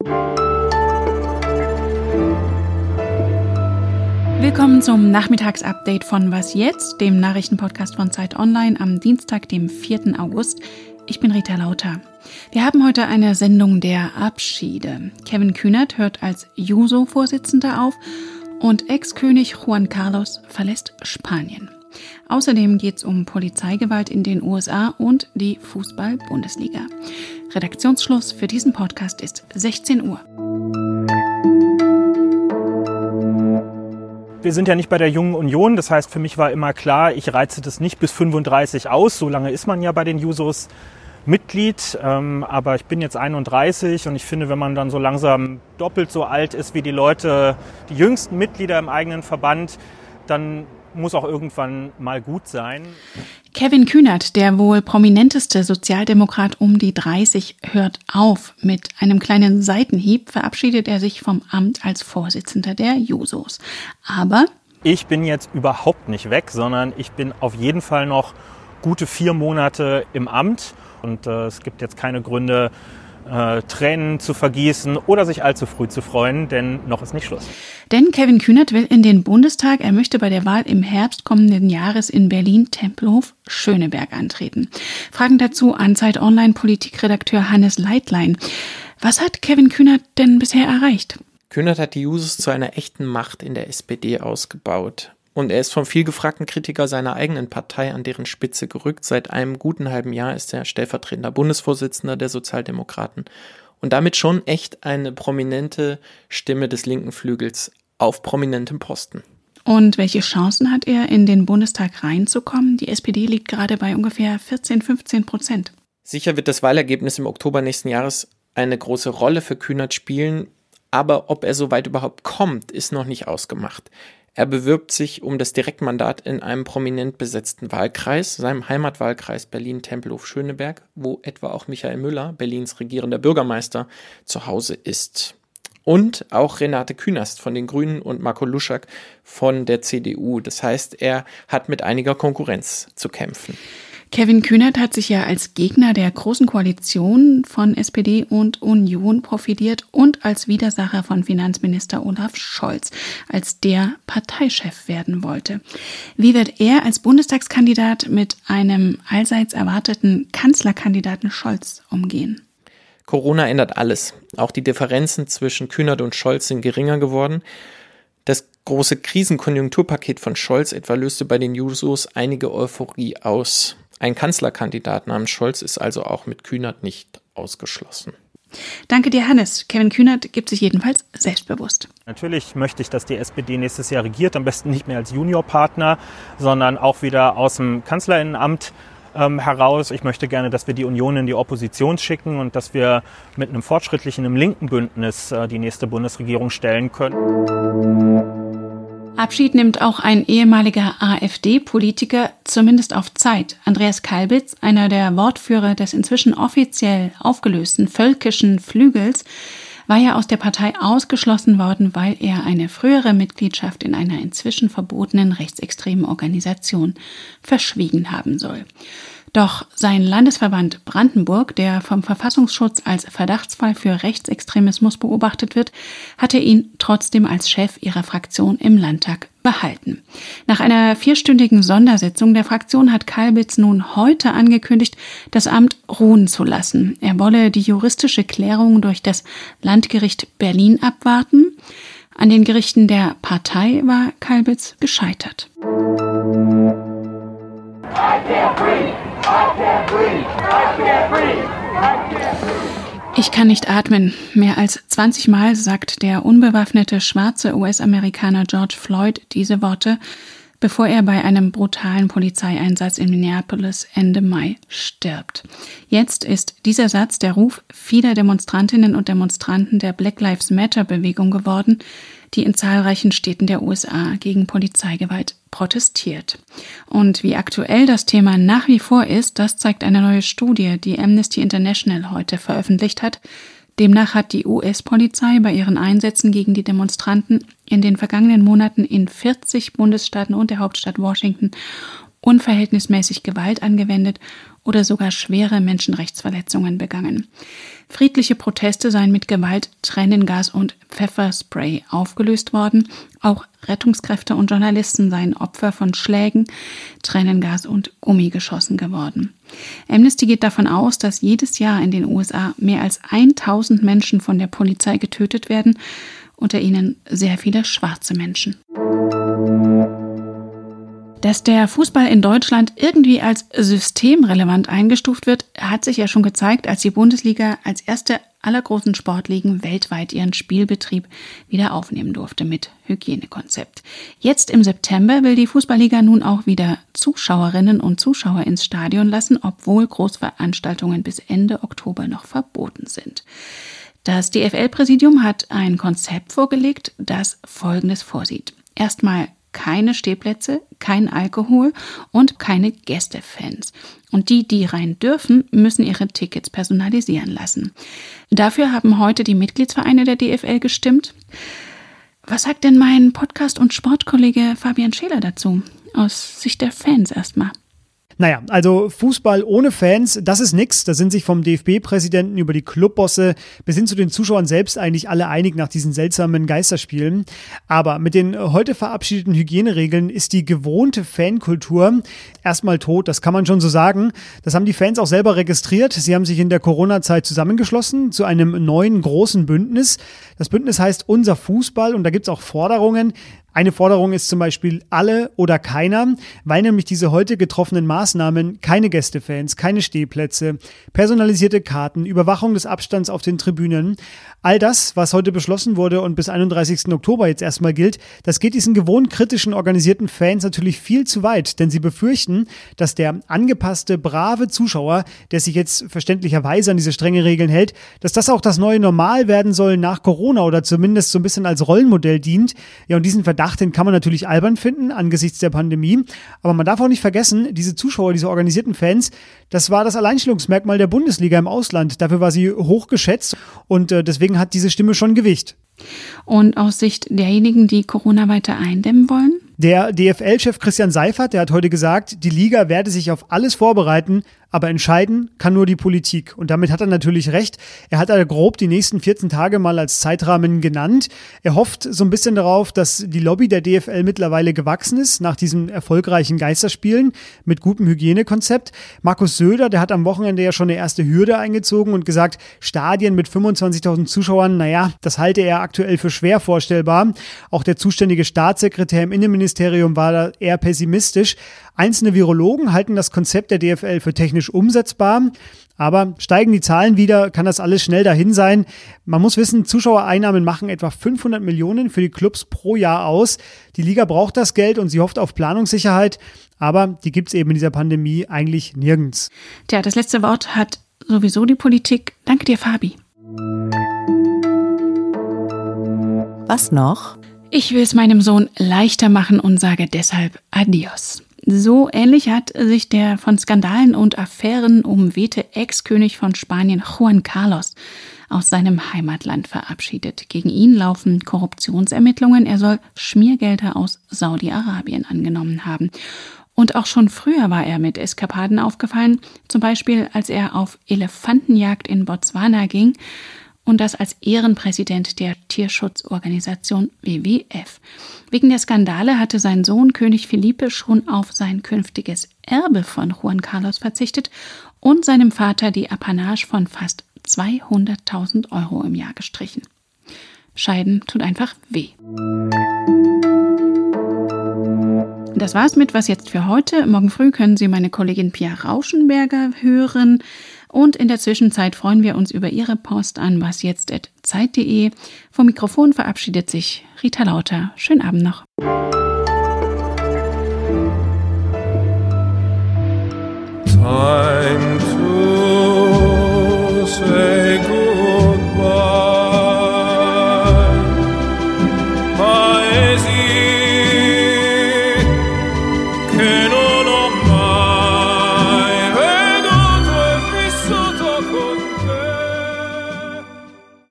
Willkommen zum Nachmittagsupdate von Was jetzt, dem Nachrichtenpodcast von Zeit Online am Dienstag, dem 4. August. Ich bin Rita Lauter. Wir haben heute eine Sendung der Abschiede. Kevin Kühnert hört als Juso-Vorsitzender auf und Ex-König Juan Carlos verlässt Spanien. Außerdem geht es um Polizeigewalt in den USA und die Fußball-Bundesliga. Redaktionsschluss für diesen Podcast ist 16 Uhr. Wir sind ja nicht bei der Jungen Union, das heißt, für mich war immer klar, ich reize das nicht bis 35 aus, so lange ist man ja bei den Jusos Mitglied, aber ich bin jetzt 31 und ich finde, wenn man dann so langsam doppelt so alt ist wie die Leute, die jüngsten Mitglieder im eigenen Verband, dann muss auch irgendwann mal gut sein. Kevin Kühnert, der wohl prominenteste Sozialdemokrat um die 30, hört auf. Mit einem kleinen Seitenhieb verabschiedet er sich vom Amt als Vorsitzender der Jusos. Aber ich bin jetzt überhaupt nicht weg, sondern ich bin auf jeden Fall noch gute 4 Monate im Amt. Und es gibt jetzt keine Gründe, Tränen zu vergießen oder sich allzu früh zu freuen, denn noch ist nicht Schluss. Denn Kevin Kühnert will in den Bundestag. Er möchte bei der Wahl im Herbst kommenden Jahres in Berlin-Tempelhof-Schöneberg antreten. Fragen dazu an Zeit Online Politikredakteur Hannes Leitlein. Was hat Kevin Kühnert denn bisher erreicht? Kühnert hat die Jusos zu einer echten Macht in der SPD ausgebaut. Und er ist vom vielgefragten Kritiker seiner eigenen Partei an deren Spitze gerückt. Seit einem guten halben Jahr ist er stellvertretender Bundesvorsitzender der Sozialdemokraten und damit schon echt eine prominente Stimme des linken Flügels auf prominentem Posten. Und welche Chancen hat er, in den Bundestag reinzukommen? Die SPD liegt gerade bei ungefähr 14-15%. Sicher wird das Wahlergebnis im Oktober nächsten Jahres eine große Rolle für Kühnert spielen, aber ob er so weit überhaupt kommt, ist noch nicht ausgemacht. Er bewirbt sich um das Direktmandat in einem prominent besetzten Wahlkreis, seinem Heimatwahlkreis Berlin-Tempelhof-Schöneberg, wo etwa auch Michael Müller, Berlins regierender Bürgermeister, zu Hause ist. Und auch Renate Künast von den Grünen und Marco Luschak von der CDU. Das heißt, er hat mit einiger Konkurrenz zu kämpfen. Kevin Kühnert hat sich ja als Gegner der Großen Koalition von SPD und Union profiliert und als Widersacher von Finanzminister Olaf Scholz, als der Parteichef werden wollte. Wie wird er als Bundestagskandidat mit einem allseits erwarteten Kanzlerkandidaten Scholz umgehen? Corona ändert alles. Auch die Differenzen zwischen Kühnert und Scholz sind geringer geworden. Das große Krisenkonjunkturpaket von Scholz etwa löste bei den Jusos einige Euphorie aus. Ein Kanzlerkandidat namens Scholz ist also auch mit Kühnert nicht ausgeschlossen. Danke dir, Hannes. Kevin Kühnert gibt sich jedenfalls selbstbewusst. Natürlich möchte ich, dass die SPD nächstes Jahr regiert, am besten nicht mehr als Juniorpartner, sondern auch wieder aus dem Kanzlerinnenamt heraus. Ich möchte gerne, dass wir die Union in die Opposition schicken und dass wir mit einem fortschrittlichen, einem linken Bündnis die nächste Bundesregierung stellen können. Abschied nimmt auch ein ehemaliger AfD-Politiker, zumindest auf Zeit. Andreas Kalbitz, einer der Wortführer des inzwischen offiziell aufgelösten völkischen Flügels, war ja aus der Partei ausgeschlossen worden, weil er eine frühere Mitgliedschaft in einer inzwischen verbotenen rechtsextremen Organisation verschwiegen haben soll. Doch sein Landesverband Brandenburg, der vom Verfassungsschutz als Verdachtsfall für Rechtsextremismus beobachtet wird, hatte ihn trotzdem als Chef ihrer Fraktion im Landtag behalten. Nach einer 4-stündigen Sondersitzung der Fraktion hat Kalbitz nun heute angekündigt, das Amt ruhen zu lassen. Er wolle die juristische Klärung durch das Landgericht Berlin abwarten. An den Gerichten der Partei war Kalbitz gescheitert. Ich kann nicht atmen. Mehr als 20 Mal sagt der unbewaffnete schwarze US-Amerikaner George Floyd diese Worte, bevor er bei einem brutalen Polizeieinsatz in Minneapolis Ende Mai stirbt. Jetzt ist dieser Satz der Ruf vieler Demonstrantinnen und Demonstranten der Black Lives Matter-Bewegung geworden, die in zahlreichen Städten der USA gegen Polizeigewalt protestiert. Und wie aktuell das Thema nach wie vor ist, das zeigt eine neue Studie, die Amnesty International heute veröffentlicht hat. Demnach hat die US-Polizei bei ihren Einsätzen gegen die Demonstranten in den vergangenen Monaten in 40 Bundesstaaten und der Hauptstadt Washington unverhältnismäßig Gewalt angewendet oder sogar schwere Menschenrechtsverletzungen begangen. Friedliche Proteste seien mit Gewalt, Tränengas und Pfefferspray aufgelöst worden. Auch Rettungskräfte und Journalisten seien Opfer von Schlägen, Tränengas und Gummigeschossen geworden. Amnesty geht davon aus, dass jedes Jahr in den USA mehr als 1000 Menschen von der Polizei getötet werden, unter ihnen sehr viele schwarze Menschen. Dass der Fußball in Deutschland irgendwie als systemrelevant eingestuft wird, hat sich ja schon gezeigt, als die Bundesliga als erste aller großen Sportligen weltweit ihren Spielbetrieb wieder aufnehmen durfte mit Hygienekonzept. Jetzt im September will die Fußballliga nun auch wieder Zuschauerinnen und Zuschauer ins Stadion lassen, obwohl Großveranstaltungen bis Ende Oktober noch verboten sind. Das DFL-Präsidium hat ein Konzept vorgelegt, das Folgendes vorsieht. Erstmal keine Stehplätze, kein Alkohol und keine Gästefans. Und die rein dürfen, müssen ihre Tickets personalisieren lassen. Dafür haben heute die Mitgliedsvereine der DFL gestimmt. Was sagt denn mein Podcast- und Sportkollege Fabian Scheler dazu? Aus Sicht der Fans erstmal. Naja, also Fußball ohne Fans, das ist nix. Da sind sich vom DFB-Präsidenten über die Clubbosse bis hin zu den Zuschauern selbst eigentlich alle einig nach diesen seltsamen Geisterspielen. Aber mit den heute verabschiedeten Hygieneregeln ist die gewohnte Fankultur erstmal tot, das kann man schon so sagen. Das haben die Fans auch selber registriert. Sie haben sich in der Corona-Zeit zusammengeschlossen zu einem neuen großen Bündnis. Das Bündnis heißt Unser Fußball und da gibt es auch Forderungen. Eine Forderung ist zum Beispiel alle oder keiner, weil nämlich diese heute getroffenen Maßnahmen keine Gästefans, keine Stehplätze, personalisierte Karten, Überwachung des Abstands auf den Tribünen, all das, was heute beschlossen wurde und bis 31. Oktober jetzt erstmal gilt, das geht diesen gewohnt kritischen organisierten Fans natürlich viel zu weit, denn sie befürchten, dass der angepasste, brave Zuschauer, der sich jetzt verständlicherweise an diese strenge Regeln hält, dass das auch das neue Normal werden soll nach Corona oder zumindest so ein bisschen als Rollenmodell dient. Ja, und diesen Verdacht, den kann man natürlich albern finden angesichts der Pandemie, aber man darf auch nicht vergessen, diese Zuschauer, diese organisierten Fans, das war das Alleinstellungsmerkmal der Bundesliga im Ausland. Dafür war sie hochgeschätzt und deswegen hat diese Stimme schon Gewicht. Und aus Sicht derjenigen, die Corona weiter eindämmen wollen? Der DFL-Chef Christian Seifert, der hat heute gesagt, die Liga werde sich auf alles vorbereiten, aber entscheiden kann nur die Politik. Und damit hat er natürlich recht. Er hat grob die nächsten 14 Tage mal als Zeitrahmen genannt. Er hofft so ein bisschen darauf, dass die Lobby der DFL mittlerweile gewachsen ist nach diesen erfolgreichen Geisterspielen mit gutem Hygienekonzept. Markus Söder, der hat am Wochenende ja schon eine erste Hürde eingezogen und gesagt, Stadien mit 25.000 Zuschauern, naja, das halte er aktuell für schwer vorstellbar. Auch der zuständige Staatssekretär im Innenministerium war da eher pessimistisch. Einzelne Virologen halten das Konzept der DFL für technisch umsetzbar, aber steigen die Zahlen wieder, kann das alles schnell dahin sein. Man muss wissen, Zuschauereinnahmen machen etwa 500 Millionen für die Clubs pro Jahr aus. Die Liga braucht das Geld und sie hofft auf Planungssicherheit, aber die gibt es eben in dieser Pandemie eigentlich nirgends. Tja, das letzte Wort hat sowieso die Politik. Danke dir, Fabi. Was noch? Ich will es meinem Sohn leichter machen und sage deshalb Adios. So ähnlich hat sich der von Skandalen und Affären umwehte Ex-König von Spanien Juan Carlos aus seinem Heimatland verabschiedet. Gegen ihn laufen Korruptionsermittlungen. Er soll Schmiergelder aus Saudi-Arabien angenommen haben. Und auch schon früher war er mit Eskapaden aufgefallen, zum Beispiel als er auf Elefantenjagd in Botswana ging. Und das als Ehrenpräsident der Tierschutzorganisation WWF. Wegen der Skandale hatte sein Sohn König Felipe schon auf sein künftiges Erbe von Juan Carlos verzichtet und seinem Vater die Apanage von fast 200.000 Euro im Jahr gestrichen. Scheiden tut einfach weh. Das war's mit Was jetzt für heute. Morgen früh können Sie meine Kollegin Pia Rauschenberger hören. Und in der Zwischenzeit freuen wir uns über Ihre Post an wasjetzt@zeit.de. Vom Mikrofon verabschiedet sich Rita Lauter. Schönen Abend noch. Time to say goodbye. Poesie